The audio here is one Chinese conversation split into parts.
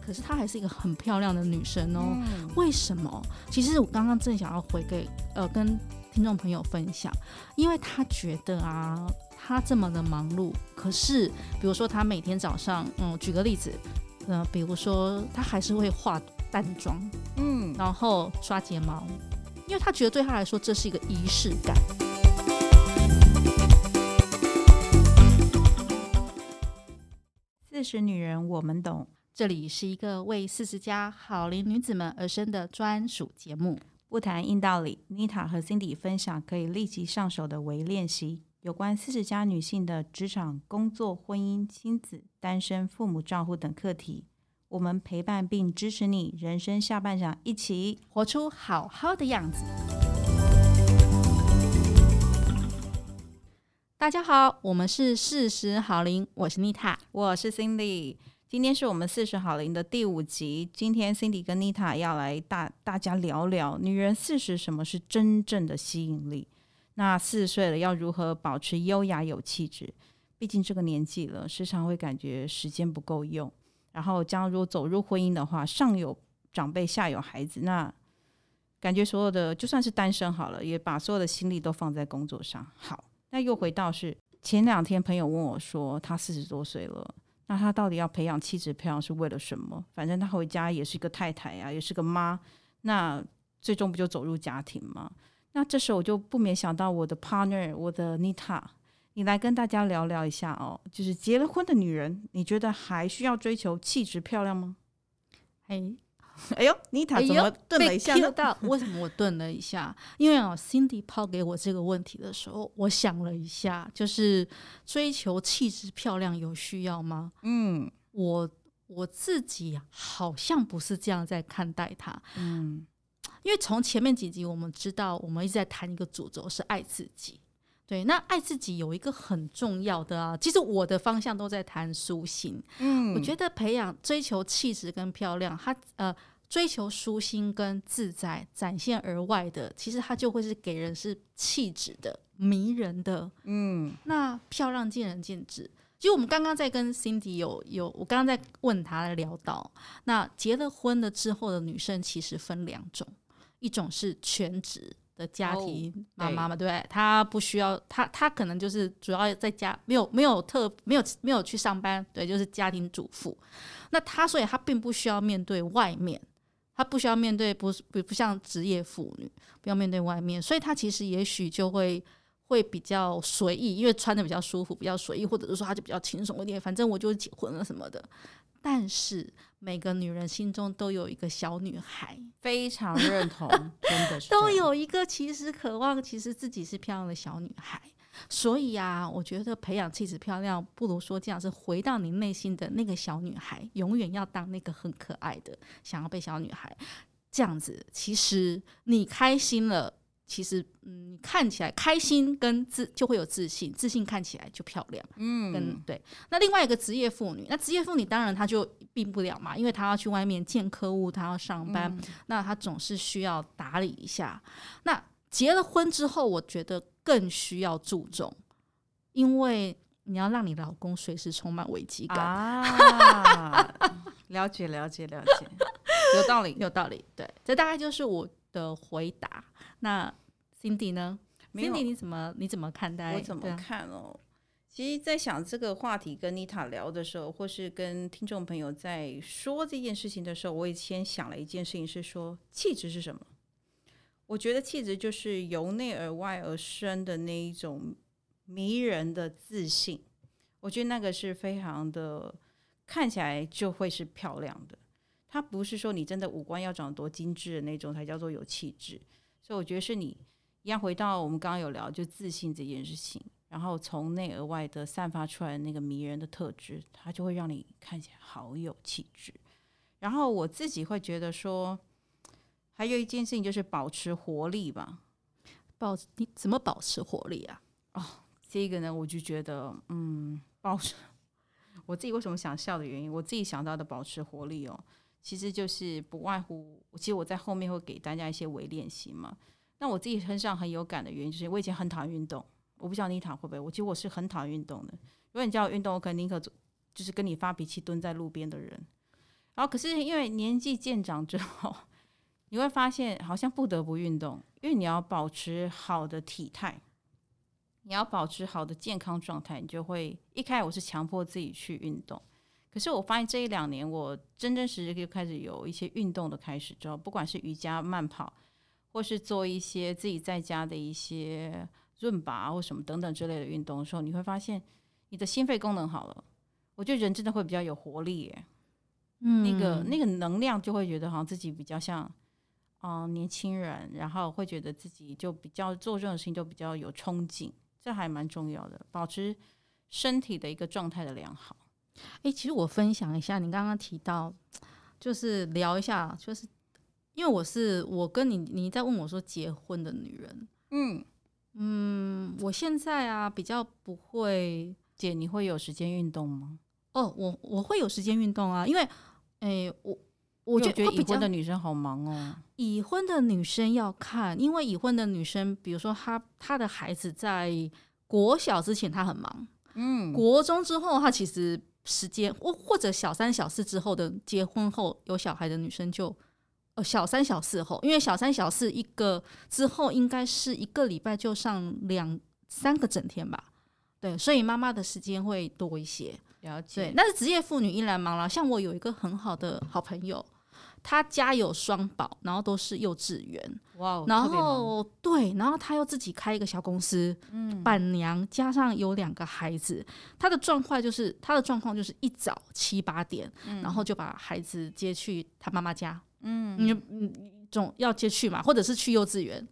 可是她还是一个很漂亮的女生哦。为什么？其实我刚刚正想要回给跟听众朋友分享，因为她觉得啊，她这么的忙碌，可是比如说她每天早上，举个例子，比如说她还是会化淡妆，然后刷睫毛，因为她觉得对她来说这是一个仪式感。 40女人我们懂， 这里是一个为40加好龄女子们而生的专属节目， 不谈硬道理。Nita 和 Cindy 分享可以立即上手的微练习，有关40加女性的职场、工作、婚姻、亲子、单身、父母照护等课题。我们陪伴并支持你，人生下半场一起活出好好的样子。大家好，我们是40好龄，我是 Nita， 我是 Cindy。今天是我们40好龄的第5集。今天 Cindy 跟 Nita 要来大家聊聊女人40什么是真正的吸引力。那40岁了要如何保持优雅有气质？毕竟这个年纪了，时常会感觉时间不够用。然后如果走入婚姻的话，上有长辈下有孩子，那感觉所有的就算是单身好了，也把所有的心力都放在工作上。好，那又回到是前2天朋友问我说他40多岁了，那他到底要培养气质漂亮是为了什么？反正他回家也是一个太太啊，也是个妈，那最终不就走入家庭吗？那这时候我就不免想到我的 partner， 我的 Nita， 你来跟大家聊聊一下哦，就是结了婚的女人，你觉得还需要追求气质漂亮吗？哎呦 Nita 怎么顿了一下呢？ 到为什么我顿了一下？因为Cindy 抛给我这个问题的时候，我想了一下，就是追求气质漂亮有需要吗？我自己好像不是这样在看待它。因为从前面几集我们知道，我们一直在谈一个主轴是爱自己。对，那爱自己有一个很重要的其实我的方向都在谈舒心。我觉得追求气质跟漂亮，追求舒心跟自在展现而外的，其实它就会是给人是气质的、迷人的。那漂亮见仁见智。其实我们刚刚在跟 Cindy 我刚刚在问她聊到，那结了婚了之后的女生其实分2种，一种是全职的家庭妈妈嘛，对不对？她不需要，她可能就是主要在家，没有去上班，对，就是家庭主妇。那所以她并不需要面对外面，她不需要面对不像职业妇女不要面对外面，所以她其实也许就会比较随意，因为穿的比较舒服，比较随意，或者是说她就比较轻松一点，反正我就结婚了什么的。但是每个女人心中都有一个小女孩， 非常认同真的是都有一个其实渴望其实自己是漂亮的小女孩。所以我觉得培养气质漂亮不如说这样，是回到你内心的那个小女孩，永远要当那个很可爱的想要被小女孩，这样子其实你开心了，其实你看起来开心跟就会有自信，自信看起来就漂亮。对。那另外一个职业妇女，那职业妇女当然她就并不了嘛，因为她要去外面见客户，她要上班，那她总是需要打理一下。那结了婚之后，我觉得更需要注重，因为你要让你老公随时充满危机感了解，有道理。对，这大概就是我的回答。那 Cindy 呢？ Cindy 你怎么看待？ 我怎么看其实在想这个话题跟 Nita 聊的时候，或是跟听众朋友在说这件事情的时候，我也先想了一件事情，是说气质是什么。我觉得气质就是由内而外而生的那一种迷人的自信，我觉得那个是非常的看起来就会是漂亮的，它不是说你真的五官要长得多精致的那种才叫做有气质。所以我觉得是你一样回到我们刚刚有聊就自信这件事情，然后从内而外的散发出来的那个迷人的特质，它就会让你看起来好有气质。然后我自己会觉得说还有一件事情就是保持活力吧。 你怎么保持活力这个呢我就觉得保持我自己为什么想笑的原因，我自己想到的保持活力其实就是不外乎，其实我在后面会给大家一些微练习嘛。那我自己身上很有感的原因就是我以前很讨厌运动，我不知道Nita会不会，其实我是很讨厌运动的。如果你叫我运动，我可能宁可就是跟你发脾气蹲在路边的人。 好，可是因为年纪渐长之后，你会发现好像不得不运动，因为你要保持好的体态，你要保持好的健康状态，你就会一开始我是强迫自己去运动。可是我发现这1-2年，我真实就开始有一些运动的开始之后，不管是瑜伽、慢跑，或是做一些自己在家的一些润拔或什么等等之类的运动的时候，你会发现你的心肺功能好了，我觉得人真的会比较有活力耶。那个能量就会觉得好像自己比较像年轻人，然后会觉得自己就比较做任何事情都比较有冲劲，这还蛮重要的，保持身体的一个状态的良好。 其实我分享一下，你刚刚提到，就是聊一下，就是因为我跟你在问我说结婚的女人，我现在啊比较不会。 姐，你会有时间运动吗？ 我会有时间运动啊，因为我觉得已婚的女生好忙哦。 已婚的女生要看，因为已婚的女生，比如说她的孩子在国小之前她很忙，国中之后她其实时间或者小3小4之后的结婚后有小孩的女生就小3小4后，因为小3小4一个之后应该是1个礼拜就上2-3个整天吧，对，所以妈妈的时间会多一些。 了解。 对，但是职业妇女依然忙了。像我有一个很好的好朋友，她家有双宝，然后都是幼稚园， 哇， 然后对，然后她又自己开一个小公司，伴娘加上有2个孩子，她的状况就是一早7、8点，然后就把孩子接去她妈妈家，总要接去嘛，或者是去幼稚园。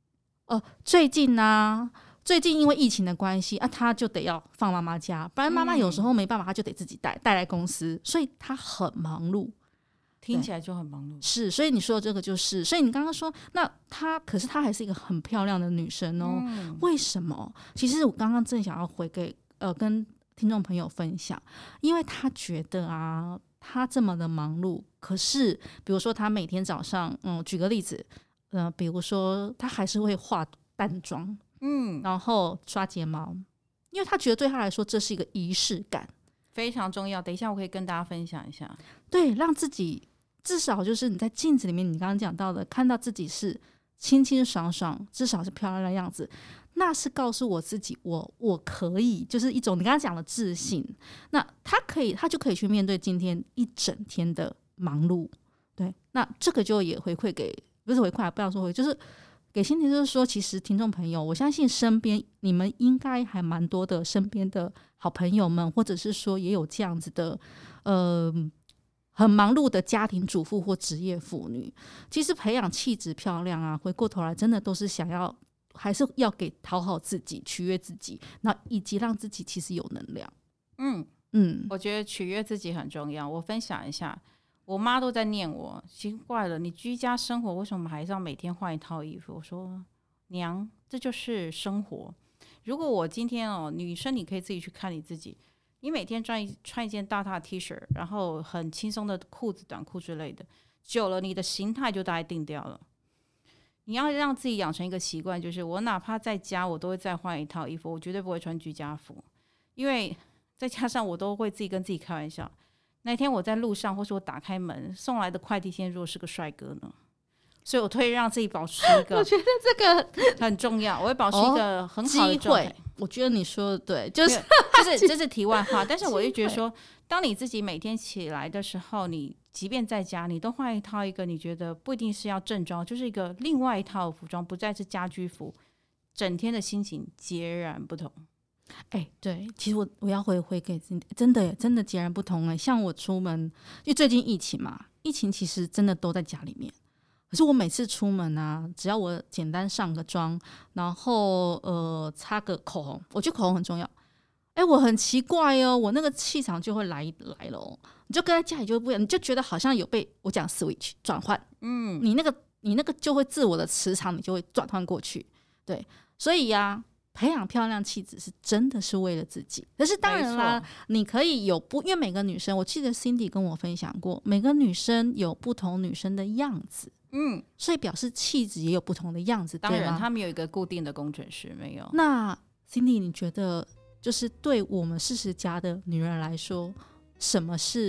最近因为疫情的关系啊，他就得要放妈妈家，不然妈妈有时候没办法，他就得自己带来公司，所以他很忙碌。 听起来就很忙碌。 是，所以你说的这个就是，所以你刚刚说，那可是她还是一个很漂亮的女生哦。为什么？其实我刚刚正想要回给跟听众朋友分享，因为她觉得啊，她这么的忙碌，可是比如说她每天早上，举个例子，比如说她还是会化淡妆。然后刷睫毛，因为他觉得对他来说这是一个仪式感， 非常重要。等一下我可以跟大家分享一下。 对，让自己至少就是你在镜子里面，你刚刚讲到的，看到自己是清清爽爽，至少是漂亮的样子，那是告诉我自己，我可以，就是一种你刚刚讲的自信。那他就可以去面对今天一整天的忙碌。对，那这个就也回馈给，不是回馈，不要说回馈，就是给心婷，就是说，其实听众朋友，我相信身边你们应该还蛮多的，身边的好朋友们，或者是说也有这样子的，很忙碌的家庭主妇或职业妇女。其实培养气质漂亮啊，回过头来真的都是想要，还是要给讨好自己、取悦自己，那以及让自己其实有能量。 我觉得取悦自己很重要。我分享一下。我妈都在念我，奇怪了，你居家生活为什么还是要每天换一套衣服？我说娘，这就是生活。如果我今天女生你可以自己去看你自己，你每天穿一件大大的 T 恤，然后很轻松的裤子、短裤之类的，久了你的形态就大概定掉了。你要让自己养成一个习惯，就是我哪怕在家我都会再换一套衣服，我绝对不会穿居家服，因为再加上我都会自己跟自己开玩笑，那天我在路上，或是我打开门送来的快递先如果是个帅哥呢？所以我会让自己保持一个， 我觉得这个很重要，我会保持一个很好的状态。 我觉得你说的对，就是这是题外话，但是我就觉得说，当你自己每天起来的时候，你即便在家，你都换一套一个你觉得不一定是要正装，就是一个另外一套服装，不再是家居服，整天的心情截然不同。 对，其实我要回给真的截然不同。像我出门，因为最近疫情嘛，疫情其实真的都在家里面。可是我每次出门啊，只要我简单上个妆，然后擦个口红，我觉得口红很重要。我很奇怪哦，我那个气场就会来了哦。你就跟在家里就会不一样，你就觉得好像有被我讲 switch 转换，你那个就会自我的磁场，你就会转换过去。对，所以呀。培养漂亮气质是真的是为了自己，可是当然啦，你可以有因为每个女生，我记得 Cindy 跟我分享过，每个女生有不同女生的样子，所以表示气质也有不同的样子。 当然，他们有一个固定的工程师，没有。 那 Cindy， 你觉得就是对我们40+的女人来说，什么是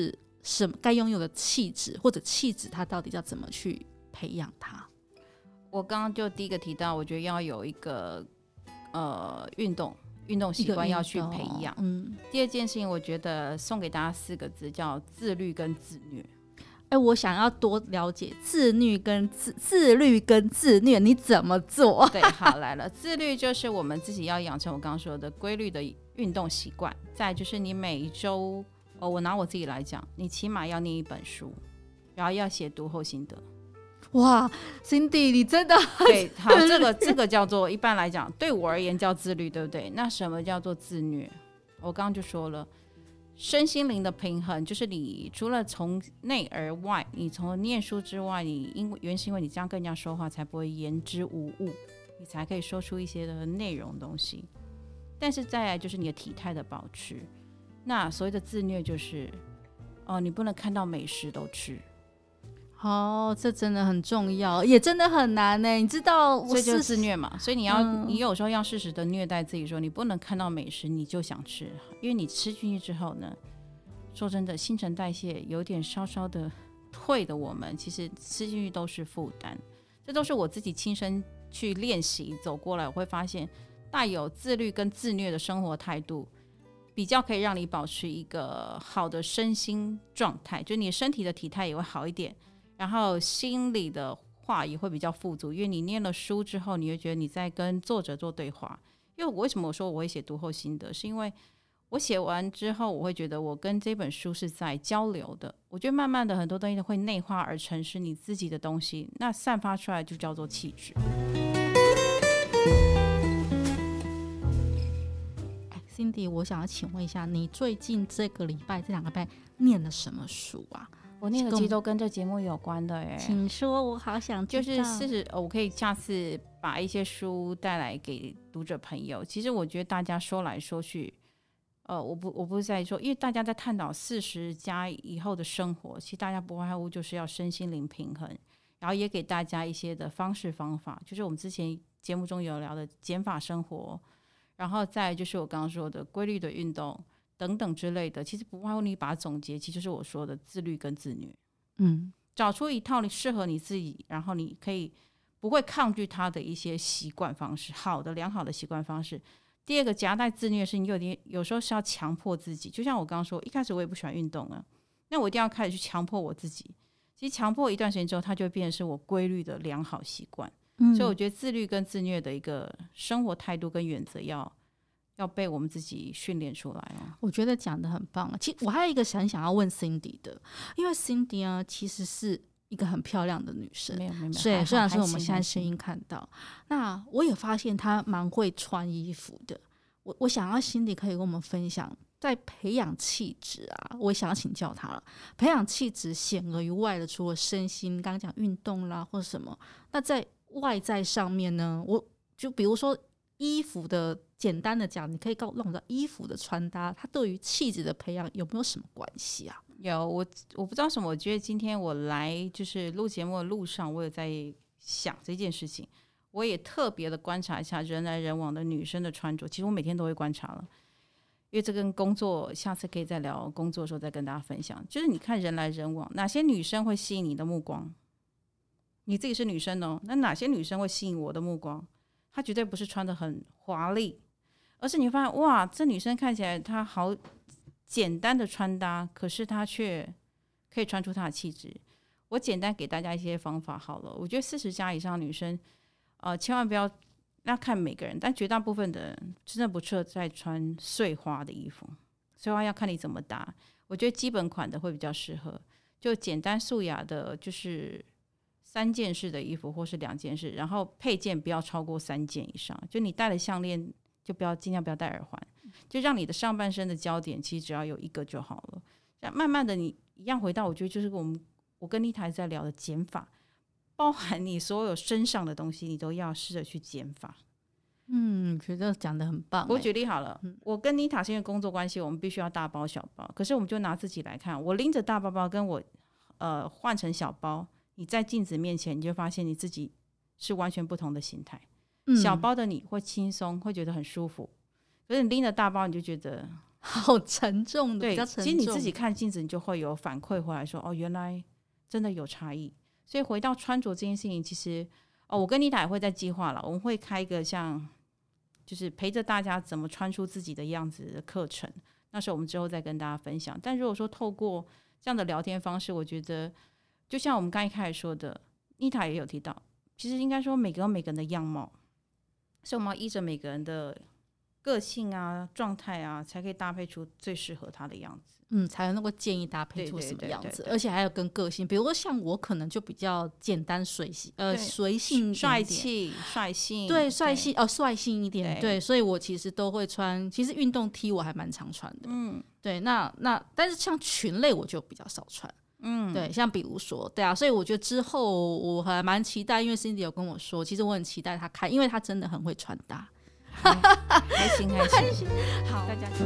什么该拥有的气质，或者气质它到底要怎么去培养它？ 我刚刚就第一个提到，我觉得要有一个运动习惯要去培养。第二件事情，我觉得送给大家4个字，叫自律跟自虐。 我想要多了解自律跟自虐你怎么做？ 对，好，来了，自律就是我们自己要养成我刚刚说的规律的运动习惯，再就是你每一周，我拿我自己来讲，你起码要念一本书，然后要写读后心得。 哇 Cindy 你真的对，好，这个叫做一般来讲对我而言叫自律，对不对？那什么叫做自虐？我刚刚就说了，身心灵的平衡，就是你除了从内而外，你从念书之外，你原是因为你这样跟人家说话才不会言之无物，你才可以说出一些的内容东西。但是再来就是你的体态的保持，那所谓的自虐就是你不能看到美食都吃。 这真的很重要，也真的很难呢。你知道， 所以就是自虐嘛。所以你有时候要适时的虐待自己，说你不能看到美食你就想吃，因为你吃进去之后呢，说真的，新陈代谢有点稍稍的退的，我们其实吃进去都是负担。这都是我自己亲身去练习走过来，我会发现带有自律跟自虐的生活态度，比较可以让你保持一个好的身心状态，就你身体的体态也会好一点。然后心里的话也会比较富足，因为你念了书之后，你会觉得你在跟作者做对话。因为为什么我说我会写读后心得，是因为我写完之后，我会觉得我跟这本书是在交流的。我觉得慢慢的很多东西会内化而成是你自己的东西，那散发出来就叫做气质。 Cindy 我想要请问一下，你最近这2个礼拜念了什么书啊？ 我念的其实都跟这节目有关的耶。 请说，我好想知道。 就是我可以下次把一些书带来给读者朋友。其实我觉得大家说来说去，我不是在说，因为大家在探讨40+以后的生活，其实大家不外乎就是要身心灵平衡，然后也给大家一些的方式方法，就是我们之前节目中有聊的减法生活，然后再来就是我刚刚说的规律的运动等等之类的，其实不外乎你把它总结，其实就是我说的自律跟自虐。找出一套适合你自己，然后你可以不会抗拒它的一些习惯方式，良好的习惯方式。第二个夹带自虐是你有时候是要强迫自己，就像我刚刚说，一开始我也不喜欢运动啊，那我一定要开始去强迫我自己。其实强迫一段时间之后，它就会变成是我规律的良好习惯。所以我觉得自律跟自虐的一个生活态度跟原则要被我们自己训练出来。 我觉得讲得很棒。其实我还有一个想要问 Cindy 的，因为 Cindy 呢其实是一个很漂亮的女生， 没有， 虽然说我们现在声音看到，那我也发现她蛮会穿衣服的。我想要 Cindy 可以跟我们分享，在培养气质啊，我也想要请教她了。培养气质显而易见的，除了身心，刚刚讲运动啦或什么，那在外在上面呢，我就比如说衣服的，简单的讲，你可以让我知道衣服的穿搭，它对于气质的培养有没有什么关系啊？ 有，我不知道什么，我觉得今天我来就是录节目的路上，我有在想这件事情，我也特别的观察一下人来人往的女生的穿着，其实我每天都会观察了，因为这跟工作，下次可以再聊工作的时候再跟大家分享。就是你看人来人往，哪些女生会吸引你的目光？你自己是女生哦，那哪些女生会吸引我的目光？她绝对不是穿得很华丽，而是你会发现哇，这女生看起来她好简单的穿搭，可是她却可以穿出她的气质。我简单给大家一些方法好了，我觉得40+以上的女生，千万不要看每个人，但绝大部分的人真的不适合再穿碎花的衣服，碎花要看你怎么搭。我觉得基本款的会比较适合，就简单素雅的，就是3件式的衣服或是2件式，然后配件不要超过3件以上，就你戴的项链就尽量不要戴耳环，就让你的上半身的焦点其实只要有1个就好了。这样慢慢的你一样回到，我觉得就是我跟妮塔在聊的减法，包含你所有身上的东西，你都要试着去减法。 觉得讲得很棒。 我举例好了，我跟妮塔是因为工作关系，我们必须要大包小包，可是我们就拿自己来看，我拎着大包包跟我换成小包，你在镜子面前你就发现你自己是完全不同的形态。小包的你会轻松，会觉得很舒服，可是你拎着大包你就觉得好沉重的， 对， 比较沉重。 其实你自己看镜子，你就会有反馈回来说，哦，原来真的有差异。所以回到穿着这件事情，其实我跟妮塔也会在计划了，我们会开一个像就是陪着大家怎么穿出自己的样子的课程。那时候我们之后再跟大家分享。但如果说透过这样的聊天方式，我觉得就像我们刚一开始说的，妮塔也有提到，其实应该说每个人有每个人的样貌，所以我们要依着每个人的个性啊、状态啊，才可以搭配出最适合他的样子。 才能够建议搭配出什么样子， 对对对对对， 而且还有跟个性，比如说像我可能就比较简单随性，随性一点点帅气、率性， 对，率性一点，对，所以我其实都会穿，其实运动 T 我还蛮常穿的，对，那但是像裙类我就比较少穿，对，像比如说，对啊，所以我觉得之后我还蛮期待，因为 Cindy 有跟我说，其实我很期待他开，因为他真的很会穿搭， 开心， 好， 大家。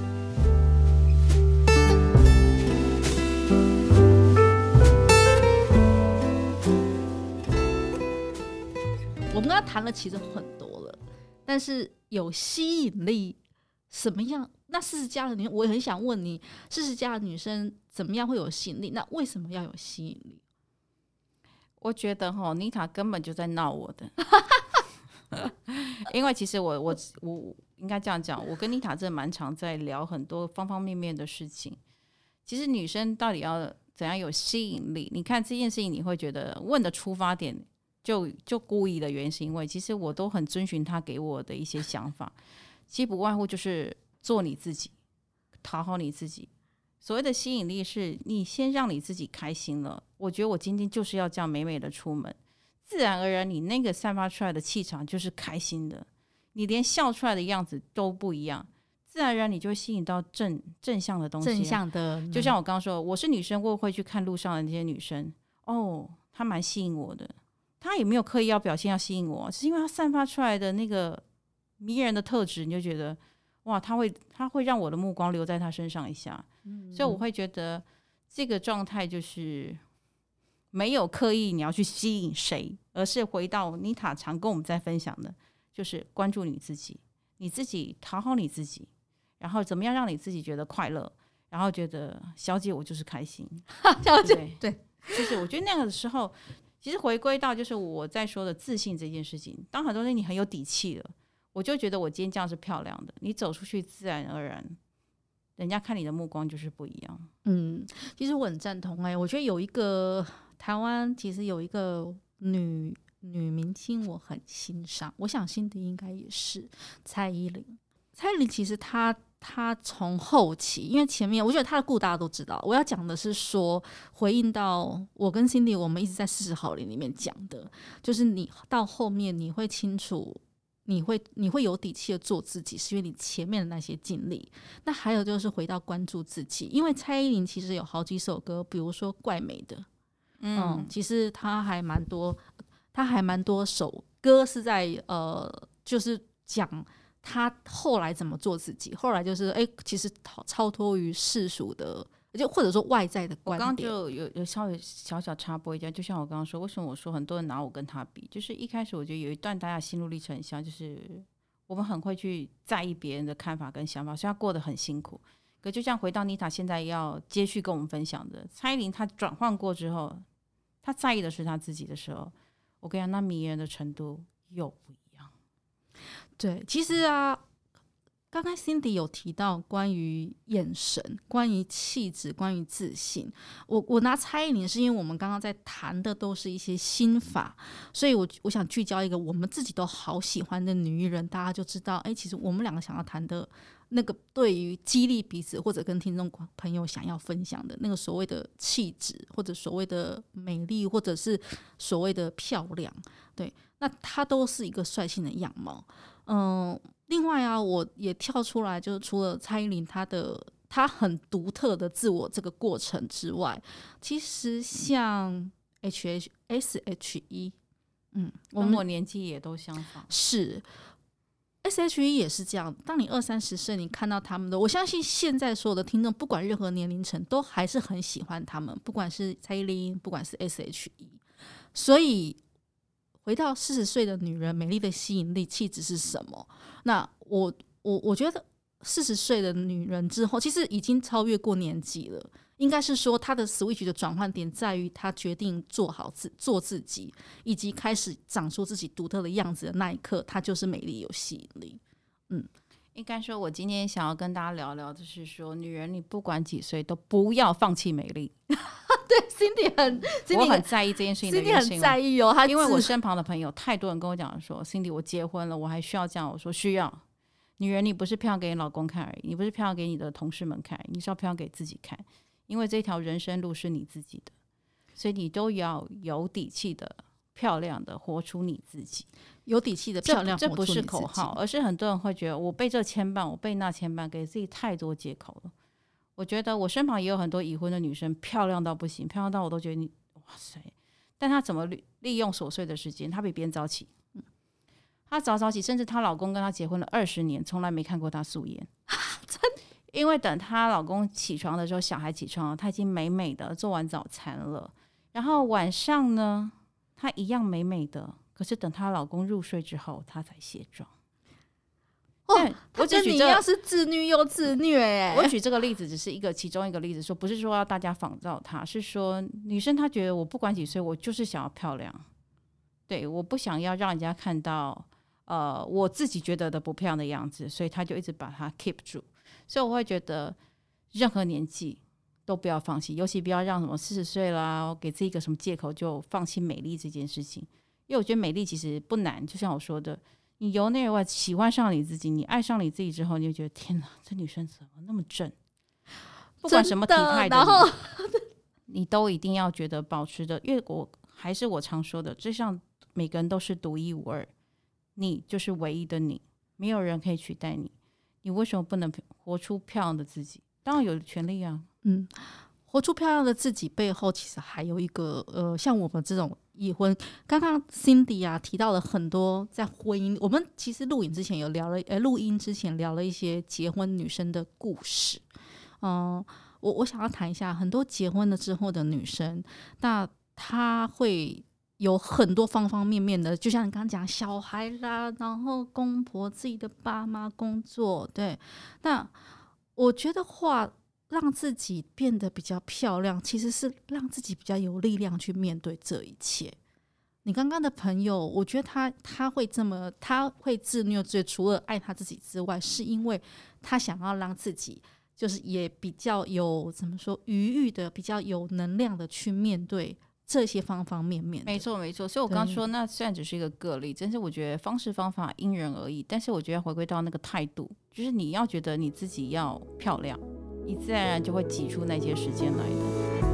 我们刚刚谈了其实很多了，但是有吸引力什么样？那40加的女生，我也很想问你，40加的女生怎么样会有吸引力？那为什么要有吸引力？ 我觉得妮塔根本就在闹我的，因为其实我应该这样讲，我跟妮塔真的蛮常在聊很多方方面面的事情。其实女生到底要怎样有吸引力？你看这件事情，你会觉得问的出发点就故意的原因，是因为其实我都很遵循他给我的一些想法，其实不外乎就是做你自己，讨好你自己。所谓的吸引力是你先让你自己开心了，我觉得我今天就是要这样美美的出门，自然而然你那个散发出来的气场就是开心的，你连笑出来的样子都不一样，自然而然你就会吸引到正向的东西， 正向的。 就像我刚刚说，我是女生，我会去看路上的那些女生，她蛮吸引我的，她也没有刻意要表现要吸引我，是因为她散发出来的那个迷人的特质，你就觉得哇，她会让我的目光留在她身上一下，所以我会觉得这个状态就是没有刻意你要去吸引谁，而是回到妮塔常跟我们在分享的，就是关注你自己，你自己讨好你自己，然后怎么样让你自己觉得快乐，然后觉得小姐我就是开心， 小姐对， 就是我觉得那个时候，其实回归到就是我在说的自信这件事情。当很多人你很有底气了，我就觉得我今天这样是漂亮的，你走出去自然而然，人家看你的目光就是不一样。 其实我很赞同。我觉得有一个台湾，其实有一个女明星我很欣赏，我想辛迪应该也是蔡依林。蔡依林其实她从后期，因为前面我觉得她的故大家都知道，我要讲的是说回应到我跟辛迪我们一直在40好龄里面讲的，就是你到后面你会清楚，你会有底气的做自己，是因为你前面的那些经历。那还有就是回到关注自己，因为蔡依林其实有好几首歌，比如说怪美的，其实她还蛮多首歌是在就是讲他后来怎么做自己，后来就是其实超脱于世俗的，就或者说外在的观点。 我刚刚就有稍微小插播一下，就像我刚刚说，为什么我说很多人拿我跟他比，就是一开始我觉得有一段大家心路历程很像，就是我们很会去在意别人的看法跟想法，所以他过得很辛苦。可就像回到妮塔现在要接续跟我们分享的，蔡依林她转换过之后，她在意的是她自己的时候，我跟你讲，那迷人的程度又不一样。 对，其实啊，刚才 Cindy 有提到关于眼神、关于气质、关于自信。我拿蔡依林是因为我们刚刚在谈的都是一些心法，所以我想聚焦一个我们自己都好喜欢的女艺人，大家就知道，其实我们两个想要谈的那个对于激励彼此或者跟听众朋友想要分享的那个所谓的气质，或者所谓的美丽，或者是所谓的漂亮，对，那它都是一个率性的样貌。另外啊，我也跳出来，就是除了蔡依林她很独特的自我这个过程之外，其实像 S.H.E， 跟我年纪也都相仿， 是 S.H.E 也是这样。当你20-30岁，你看到他们的，我相信现在所有的听众，不管任何年龄层，都还是很喜欢他们，不管是蔡依林，不管是 S.H.E。所以回到40岁的女人，美丽的吸引力、气质是什么？那我觉得 40岁的女人之后，其实已经超越过年纪了。应该是说，她的 switch 的转换点在于她决定做自己，以及开始长出自己独特的样子的那一刻，她就是美丽有吸引力。 应该说，我今天想要跟大家聊聊的是说，女人你不管几岁都不要放弃美丽。 对 ，Cindy 我很在意这件事情的原因。 Cindy 很在意哦， 因为我身旁的朋友太多人跟我讲说 ，Cindy 我结婚了，我还需要这样。我说需要。女人你不是漂亮给你老公看而已，你不是漂亮给你的同事们看，你是要漂亮给自己看。因为这条人生路是你自己的，所以你都要有底气的、漂亮的活出你自己。 有底气的漂亮， 这不是口号，而是很多人会觉得我被这牵绊，我被那牵绊，给自己太多借口了。我觉得我身旁也有很多已婚的女生，漂亮到不行，漂亮到我都觉得你哇塞！但她怎么利用琐碎的时间？她比别人早起，她早起，甚至她老公跟她结婚了20年，从来没看过她素颜。 真的？ 因为等她老公起床的时候，小孩起床了，她已经美美的做完早餐了。然后晚上呢，她一样美美的，可是等她老公入睡之后，她才卸妆。 我跟你一样是自虐又自虐我举这个例子只是其中一个例子，说不是说要大家仿照她，是说女生她觉得我不管几岁，我就是想要漂亮。对，我不想要让人家看到我自己觉得的不漂亮的样子，所以她就一直把它 keep 住。所以我会觉得任何年纪都不要放弃，尤其不要让什么40岁啦给自己一个什么借口就放弃美丽这件事情。因为我觉得美丽其实不难，就像我说的，你由内而外喜欢上你自己，你爱上你自己之后，你就觉得天哪，这女生怎么那么正？不管什么体态的， 然后你都一定要觉得保持着。因为还是我常说的，就像每个人都是独一无二，你就是唯一的你，没有人可以取代你。你为什么不能活出漂亮的自己？当然有权利啊。 活出漂亮的自己背后，其实还有一个像我们这种已婚，刚刚 Cindy 啊提到了很多在婚姻，我们其实录音之前聊了一些结婚女生的故事。我想要谈一下很多结婚了之后的女生，那她会有很多方方面面的，就像你刚刚讲小孩啦，然后公婆自己的爸妈工作，对。那我觉得让自己变得比较漂亮，其实是让自己比较有力量去面对这一切。你刚刚的朋友，我觉得他会自虐，最除了爱他自己之外，是因为他想要让自己就是也比较有怎么说余裕的，比较有能量的去面对这些方方面面的。 没错没错，所以我刚刚说那虽然只是一个个例，但是我觉得方式方法因人而异，但是我觉得要回归到那个态度，就是你要觉得你自己要漂亮，你自然而然就会挤出那些时间来的。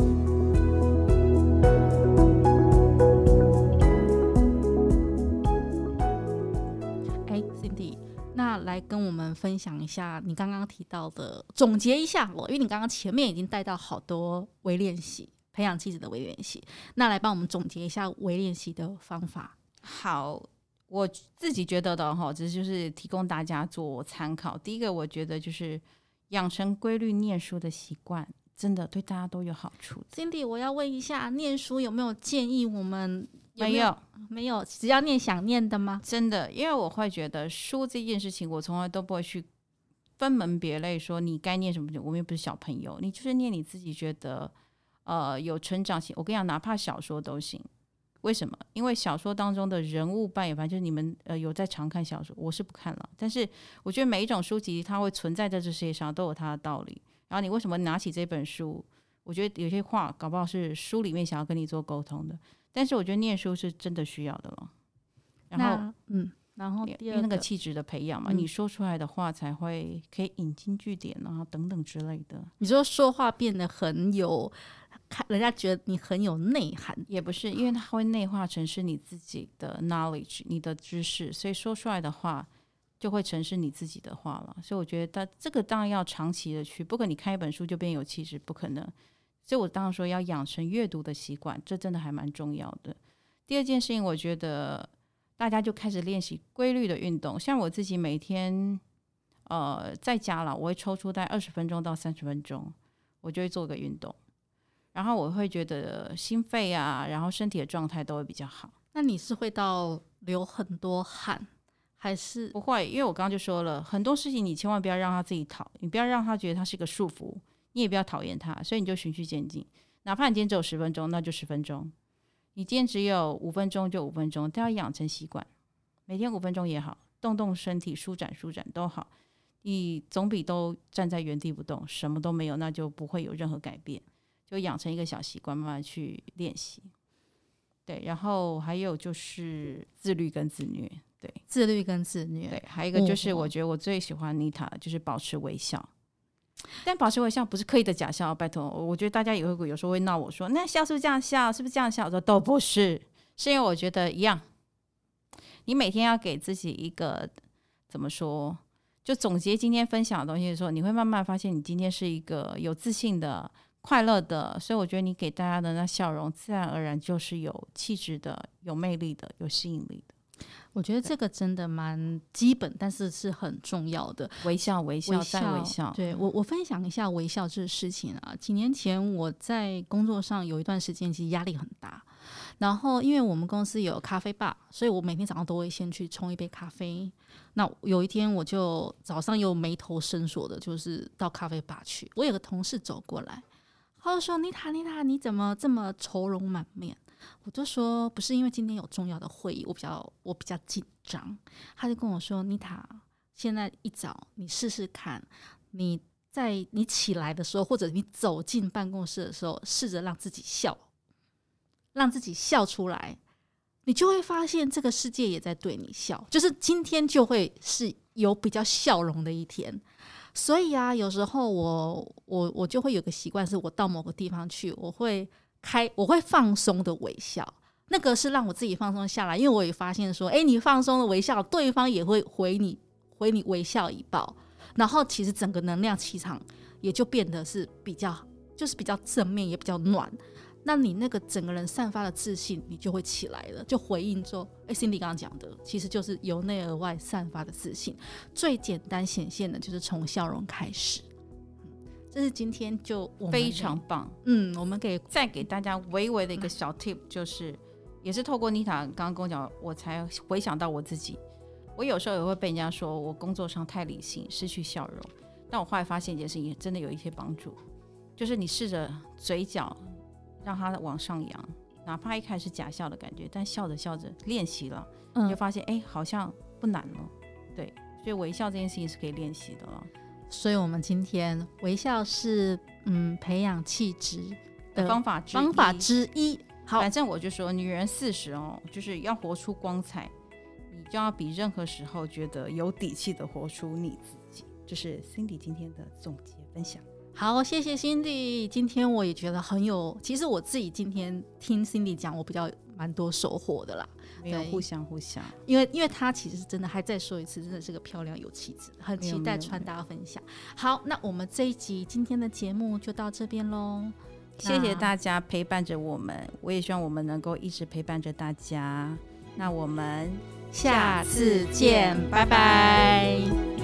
Cindy， 那来跟我们分享一下你刚刚提到的，总结一下因为你刚刚前面已经带到好多微练习，培养气质的微练习，那来帮我们总结一下微练习的方法。 好，我自己觉得的这就是提供大家做参考。第一个，我觉得就是养成规律念书的习惯，真的对大家都有好处的。 Cindy， 我要问一下，念书有没有建议我们？ 没有， 只要念想念的吗？ 真的，因为我会觉得书这件事情，我从来都不会去分门别类说你该念什么。我们又不是小朋友，你就是念你自己觉得有成长性。我跟你讲，哪怕小说都行。为什么？因为小说当中的人物扮演，反正就是你们有在常看小说，我是不看了。但是我觉得每一种书籍它会存在在这世界上都有它的道理。然后你为什么拿起这本书？我觉得有些话搞不好是书里面想要跟你做沟通的。但是我觉得念书是真的需要的了。 然后第二个那个气质的培养嘛，你说出来的话才会可以引经据典啊等等之类的。 你说话变得很有，人家觉得你很有内涵， 也不是，因为它会内化成是你自己的 knowledge， 你的知识，所以说出来的话就会成是你自己的话了。所以我觉得这个当然要长期的去，不可能你看一本书就变有气质，不可能。所以我当然说要养成阅读的习惯，这真的还蛮重要的。第二件事情，我觉得大家就开始练习规律的运动。像我自己每天在家啦，我会抽出大概20分钟到30分钟，我就会做个运动，然后我会觉得心肺啊，然后身体的状态都会比较好。 那你是会到流很多汗， 还是不会，因为我刚刚就说了，很多事情你千万不要让他自己你不要让他觉得他是一个束缚，你也不要讨厌他，所以你就循序渐进。哪怕你今天只有10分钟，那就10分钟；你今天只有5分钟，就5分钟，都要养成习惯。每天5分钟也好，动动身体，舒展都好，你总比都站在原地不动，什么都没有，那就不会有任何改变。就养成一个小习惯，慢慢去练习。对，然后还有就是自律跟自虐。对， 自律跟自虐。 对，还有一个就是我觉得我最喜欢妮塔的就是保持微笑。但保持微笑不是刻意的假笑，拜托，我觉得大家也会有时候会闹我说，那笑是不是这样笑，是不是这样笑？我说都不是，是因为我觉得一样。你每天要给自己一个怎么说，就总结今天分享的东西的时候，你会慢慢发现你今天是一个有自信的、快乐的，所以我觉得你给大家的那笑容自然而然就是有气质的、有魅力的、有吸引力的。 我觉得这个真的蛮基本，但是是很重要的。 微笑再微笑。 对，我分享一下微笑这个事情啊。几年前我在工作上有一段时间其实压力很大，然后因为我们公司有咖啡吧，所以我每天早上都会先去冲一杯咖啡。那有一天我就早上又眉头深锁的，就是到咖啡吧去。我有个同事走过来，他就说：“妮塔，你怎么这么愁容满面？”我就说不是，因为今天有重要的会议，我比较紧张。他就跟我说：“妮塔，现在一早你试试看，你起来的时候，或者你走进办公室的时候，试着让自己笑出来，你就会发现这个世界也在对你笑，就是今天就会是有比较笑容的一天。”所以啊，有时候我就会有个习惯，是我到某个地方去，我会放松的微笑，那个是让我自己放松下来，因为我也发现说，你放松的微笑，对方也会回你微笑以报，然后其实整个能量气场也就变得是比较正面，也比较暖。那你那个整个人散发的自信，你就会起来了，就回应说，Cindy 刚刚讲的，其实就是由内而外散发的自信，最简单显现的就是从笑容开始。这是今天就我们非常棒。 我们再给大家微微的一个小 tip， 就是也是透过妮塔刚刚跟我讲，我才回想到我自己。我有时候也会被人家说我工作上太理性，失去笑容。但我后来发现一件事情，真的有一些帮助，就是你试着嘴角让它往上扬，哪怕一开始假笑的感觉，但笑着笑着练习了，你就发现好像不难了。对，所以微笑这件事情是可以练习的了。 所以我们今天微笑是培养气质的方法之一。 好， 反正我就说女人40就是要活出光彩，你就要比任何时候觉得有底气的活出你自己。这是 Cindy 今天的总结分享。 好，谢谢 Cindy。今天我也觉得其实我自己今天听 Cindy 讲，我比较蛮多收获的啦。 没有，互相， 因为她其实真的还再说一次，真的是个漂亮有气质，很期待穿搭分享。好，那我们这一集今天的节目就到这边咯。 谢谢大家陪伴着我们，我也希望我们能够一直陪伴着大家。那我们下次见，拜拜。